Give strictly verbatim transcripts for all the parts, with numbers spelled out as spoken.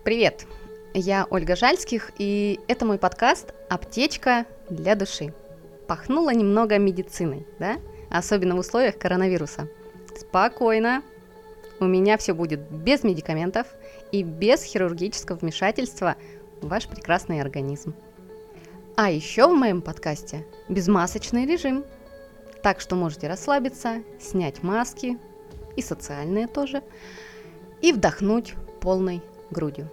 Привет! Я Ольга Жальских, и это мой подкаст «Аптечка для души». Пахнуло немного медициной, да? Особенно в условиях коронавируса. Спокойно, у меня все будет без медикаментов и без хирургического вмешательства в ваш прекрасный организм. А еще в моем подкасте безмасочный режим, так что можете расслабиться, снять маски, и социальные тоже, и вдохнуть полной грудью.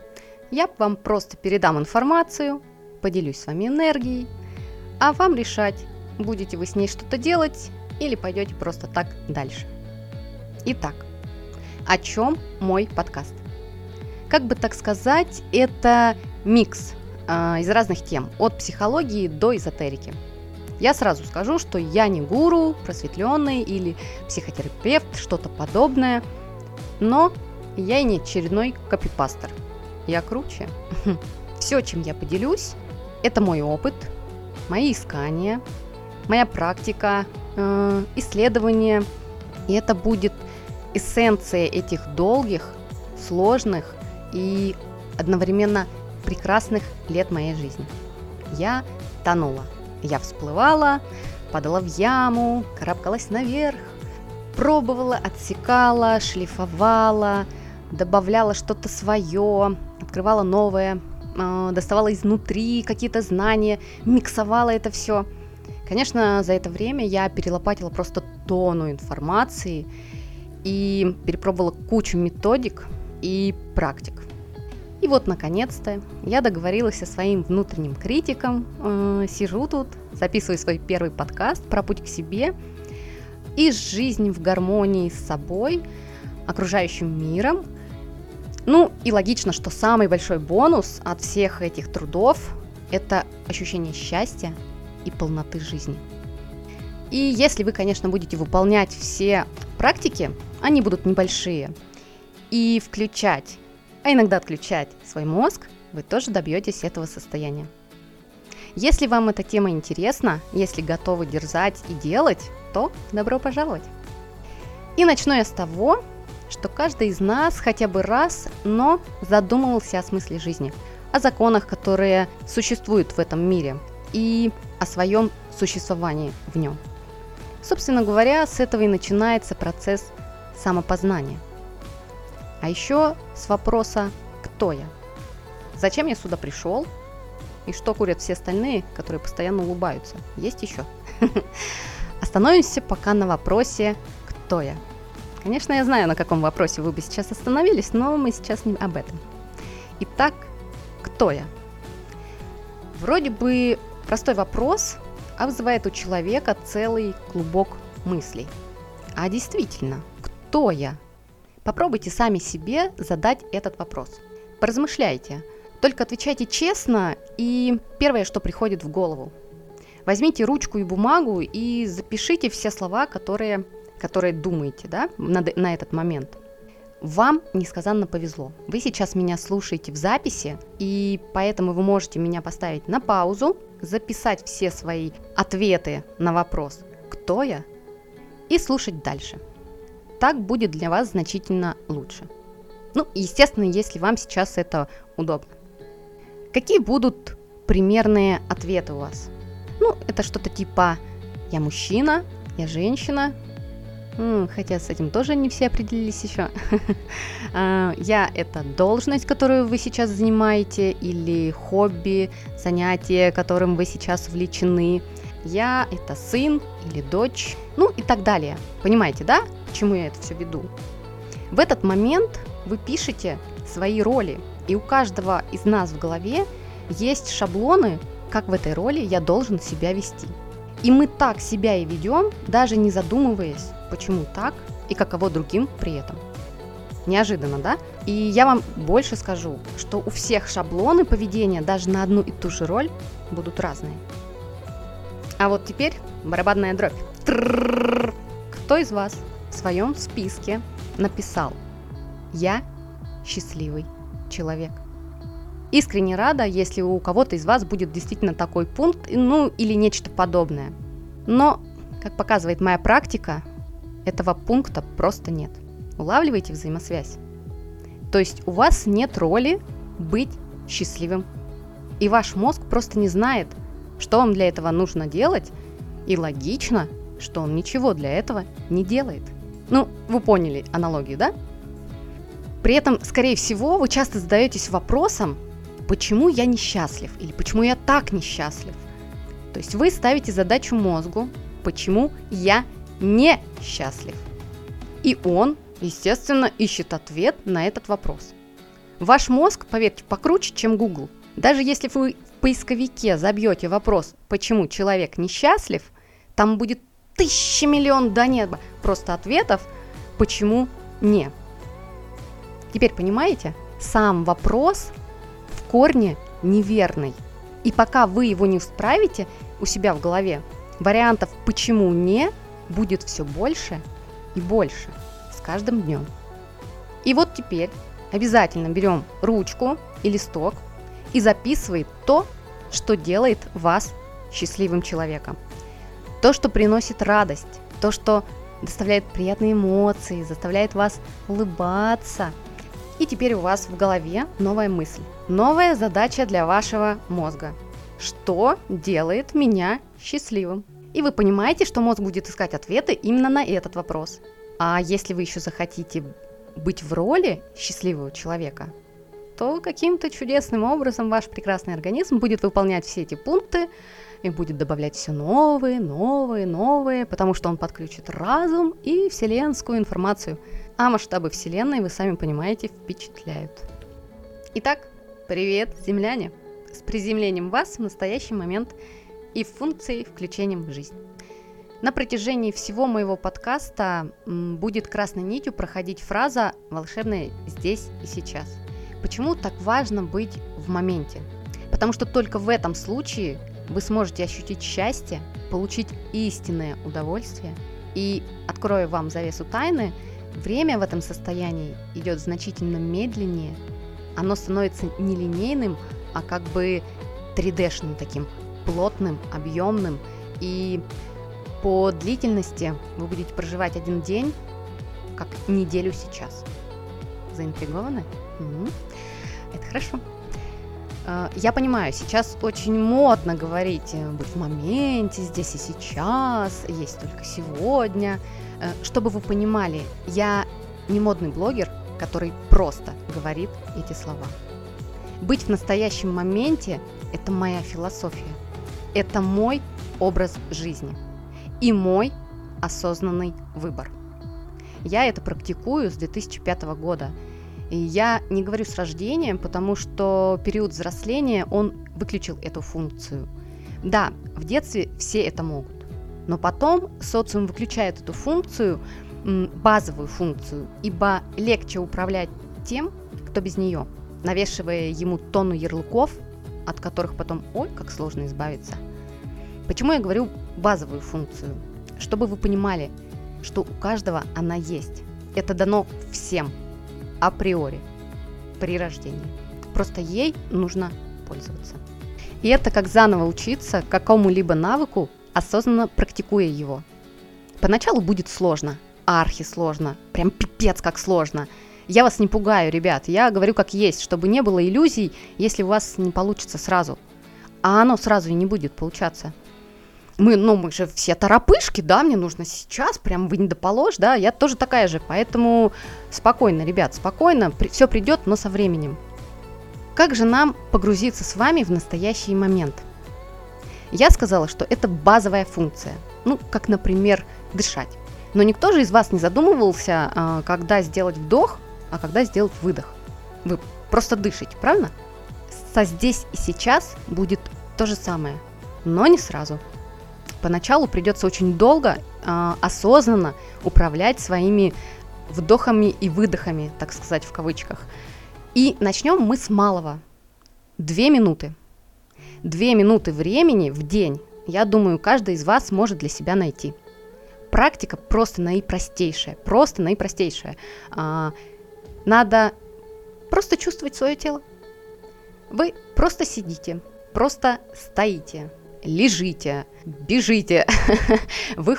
Я вам просто передам информацию, поделюсь с вами энергией, а вам решать, будете вы с ней что-то делать или пойдете просто так дальше. Итак, о чем мой подкаст? Как бы так сказать, это микс э, из разных тем, от психологии до эзотерики. Я сразу скажу, что я не гуру, просветленный или психотерапевт, что-то подобное, но я и не очередной копипастер. Я круче. Все, чем я поделюсь, это мой опыт, мои искания, моя практика, э, исследования. И это будет эссенция этих долгих, сложных и одновременно прекрасных лет моей жизни. Я тонула. Я всплывала, падала в яму, карабкалась наверх, пробовала, отсекала, шлифовала, добавляла что-то свое, открывала новое, э, доставала изнутри какие-то знания, миксовала это все. Конечно, за это время я перелопатила просто тонну информации и перепробовала кучу методик и практик. И вот, наконец-то, я договорилась со своим внутренним критиком, э, сижу тут, записываю свой первый подкаст про путь к себе и жизнь в гармонии с собой, окружающим миром. Ну и логично, что самый большой бонус от всех этих трудов – это ощущение счастья и полноты жизни. И если вы, конечно, будете выполнять все практики, они будут небольшие, и включать, а иногда отключать свой мозг, вы тоже добьетесь этого состояния. Если вам эта тема интересна, если готовы дерзать и делать, то добро пожаловать. И начну я с того, что каждый из нас хотя бы раз, но задумывался о смысле жизни, о законах, которые существуют в этом мире, и о своем существовании в нем. Собственно говоря, с этого и начинается процесс самопознания. А еще с вопроса «Кто я?». Зачем я сюда пришел? И что курят все остальные, которые постоянно улыбаются? Есть еще? Остановимся пока на вопросе «Кто я?». Конечно, я знаю, на каком вопросе вы бы сейчас остановились, но мы сейчас не об этом. Итак, кто я? Вроде бы простой вопрос, а вызывает у человека целый клубок мыслей. А действительно, кто я? Попробуйте сами себе задать этот вопрос. Поразмышляйте, только отвечайте честно и первое, что приходит в голову. Возьмите ручку и бумагу и запишите все слова, которые... которые думаете, да, на, на этот момент. Вам несказанно повезло. Вы сейчас меня слушаете в записи, и поэтому вы можете меня поставить на паузу, записать все свои ответы на вопрос «Кто я?» и слушать дальше. Так будет для вас значительно лучше. Ну, естественно, если вам сейчас это удобно. Какие будут примерные ответы у вас? Ну, это что-то типа «Я мужчина», «Я женщина», хотя с этим тоже не все определились еще. Я – это должность, которую вы сейчас занимаете, или хобби, занятие, которым вы сейчас увлечены. Я – это сын или дочь, ну и так далее. Понимаете, да, к чему я это все веду? В этот момент вы пишете свои роли, и у каждого из нас в голове есть шаблоны, как в этой роли я должен себя вести. И мы так себя и ведем, даже не задумываясь, почему так и каково другим при этом. Неожиданно, да? И я вам больше скажу, что у всех шаблоны поведения даже на одну и ту же роль будут разные. А вот теперь барабанная дробь. Трррррр. Кто из вас в своем списке написал «Я счастливый человек»? Искренне рада, если у кого-то из вас будет действительно такой пункт, ну или нечто подобное. Но, как показывает моя практика, этого пункта просто нет. Улавливаете взаимосвязь? То есть у вас нет роли быть счастливым. И ваш мозг просто не знает, что вам для этого нужно делать, и логично, что он ничего для этого не делает. Ну, вы поняли аналогию, да? При этом, скорее всего, вы часто задаетесь вопросом, почему я несчастлив или почему я так несчастлив. То есть вы ставите задачу мозгу, почему я не счастлив. И он, естественно, ищет ответ на этот вопрос. Ваш мозг, поверьте, покруче, чем Google. Даже если вы в поисковике забьете вопрос, почему человек несчастлив, там будет тысяча миллион до неба просто ответов, почему не. Теперь понимаете, сам вопрос в корне неверный. И пока вы его не исправите у себя в голове, вариантов «почему не» будет все больше и больше с каждым днем. И вот теперь обязательно берем ручку и листок и записываем то, что делает вас счастливым человеком. То, что приносит радость, то, что доставляет приятные эмоции, заставляет вас улыбаться. И теперь у вас в голове новая мысль, новая задача для вашего мозга. Что делает меня счастливым? И вы понимаете, что мозг будет искать ответы именно на этот вопрос. А если вы еще захотите быть в роли счастливого человека, то каким-то чудесным образом ваш прекрасный организм будет выполнять все эти пункты и будет добавлять все новые, новые, новые, потому что он подключит разум и вселенскую информацию. А масштабы Вселенной, вы сами понимаете, впечатляют. Итак, привет, земляне! С приземлением вас в настоящий момент и функцией включением в жизнь. На протяжении всего моего подкаста будет красной нитью проходить фраза «волшебное здесь и сейчас». Почему так важно быть в моменте? Потому что только в этом случае вы сможете ощутить счастье, получить истинное удовольствие. И, открою вам завесу тайны, время в этом состоянии идет значительно медленнее. Оно становится не линейным, а как бы три дэ-шным таким, плотным, объемным. И по длительности вы будете проживать один день, как неделю сейчас. Заинтригованы? М-м-м. Это хорошо. Я понимаю, сейчас очень модно говорить «быть в моменте, здесь и сейчас, есть только сегодня». Чтобы вы понимали, я не модный блогер, который просто говорит эти слова. Быть в настоящем моменте – это моя философия, это мой образ жизни и мой осознанный выбор. Я это практикую с две тысячи пятого года. И я не говорю с рождения, потому что период взросления, он выключил эту функцию. Да, в детстве все это могут, но потом социум выключает эту функцию, базовую функцию, ибо легче управлять тем, кто без нее, навешивая ему тонну ярлыков, от которых потом, ой, как сложно избавиться. Почему я говорю базовую функцию? Чтобы вы понимали, что у каждого она есть. Это дано всем. Априори, при рождении. Просто ей нужно пользоваться. И это как заново учиться какому-либо навыку, осознанно практикуя его. Поначалу будет сложно, архисложно, прям пипец как сложно. Я вас не пугаю, ребят, я говорю как есть, чтобы не было иллюзий, если у вас не получится сразу. А оно сразу и не будет получаться. Мы, ну, мы же все торопышки, да, мне нужно сейчас, прям вы не доположь, да, я тоже такая же, поэтому спокойно, ребят, спокойно, при, все придет, но со временем. Как же нам погрузиться с вами в настоящий момент? Я сказала, что это базовая функция, ну, как, например, дышать. Но никто же из вас не задумывался, когда сделать вдох, а когда сделать выдох. Вы просто дышите, правильно? Со здесь и сейчас будет то же самое, но не сразу. Поначалу придется очень долго, э, осознанно управлять своими вдохами и выдохами, так сказать, в кавычках. И начнем мы с малого. Две минуты. Две минуты времени в день, я думаю, каждый из вас может для себя найти. Практика просто наипростейшая, просто наипростейшая. Э, надо просто чувствовать свое тело. Вы просто сидите, просто стоите. Лежите, бежите,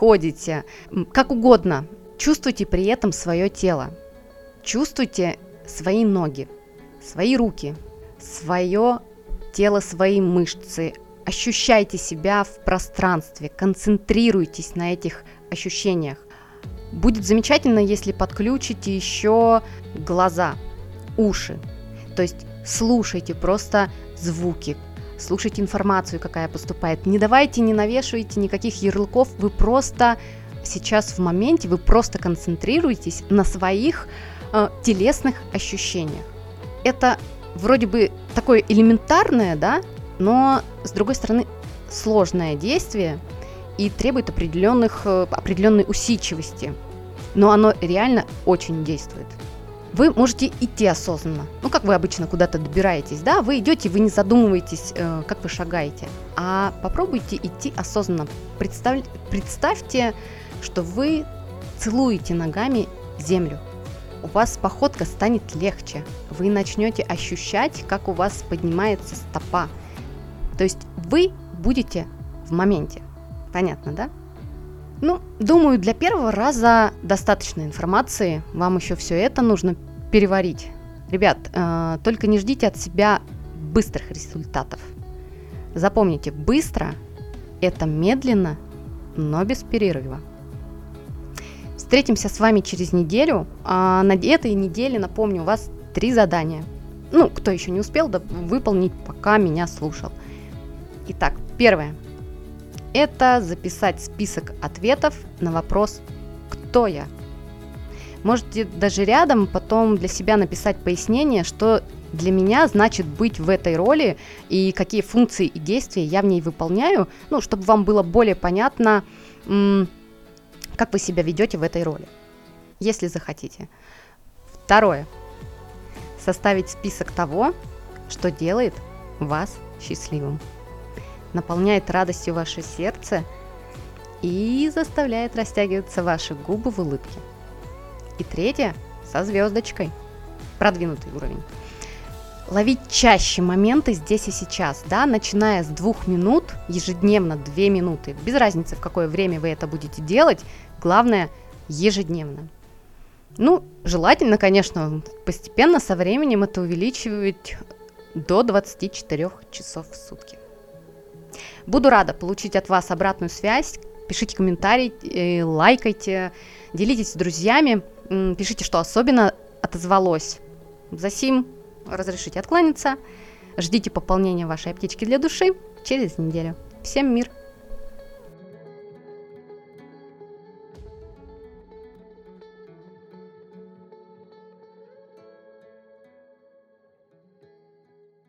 выходите, как угодно. Чувствуйте при этом свое тело. Чувствуйте свои ноги, свои руки, свое тело, свои мышцы. Ощущайте себя в пространстве, концентрируйтесь на этих ощущениях. Будет замечательно, если подключите еще глаза, уши. То есть слушайте просто звуки, слушайте информацию, какая поступает. Не давайте, не навешивайте никаких ярлыков, вы просто сейчас в моменте, вы просто концентрируетесь на своих э, телесных ощущениях. Это вроде бы такое элементарное, да, но с другой стороны сложное действие и требует определенных, э, определенной усидчивости. Но оно реально очень действует. Вы можете идти осознанно. Ну, как вы обычно куда-то добираетесь, да? Вы идете, вы не задумываетесь, э, как вы шагаете. А попробуйте идти осознанно. Представь, представьте, что вы целуете ногами землю. У вас походка станет легче. Вы начнете ощущать, как у вас поднимается стопа. То есть вы будете в моменте. Понятно, да? Ну, думаю, для первого раза достаточно информации. Вам еще все это нужно переварить. Ребят, э, только не ждите от себя быстрых результатов. Запомните, быстро – это медленно, но без перерыва. Встретимся с вами через неделю. А на этой неделе, напомню, у вас три задания. Ну, кто еще не успел да, выполнить, пока меня слушал. Итак, первое. Это записать список ответов на вопрос «Кто я?». Можете даже рядом потом для себя написать пояснение, что для меня значит быть в этой роли и какие функции и действия я в ней выполняю, ну, чтобы вам было более понятно, м- как вы себя ведете в этой роли, если захотите. Второе. Составить список того, что делает вас счастливым, наполняет радостью ваше сердце и заставляет растягиваться ваши губы в улыбке. И третье, со звездочкой, продвинутый уровень. Ловить чаще моменты здесь и сейчас, да, начиная с двух минут, ежедневно две минуты, без разницы, в какое время вы это будете делать, главное, ежедневно. Ну, желательно, конечно, постепенно со временем это увеличивать до двадцати четырёх часов в сутки. Буду рада получить от вас обратную связь. Пишите комментарии, лайкайте, делитесь с друзьями, пишите, что особенно отозвалось. Засим разрешите откланяться. Ждите пополнения вашей аптечки для души через неделю. Всем мир!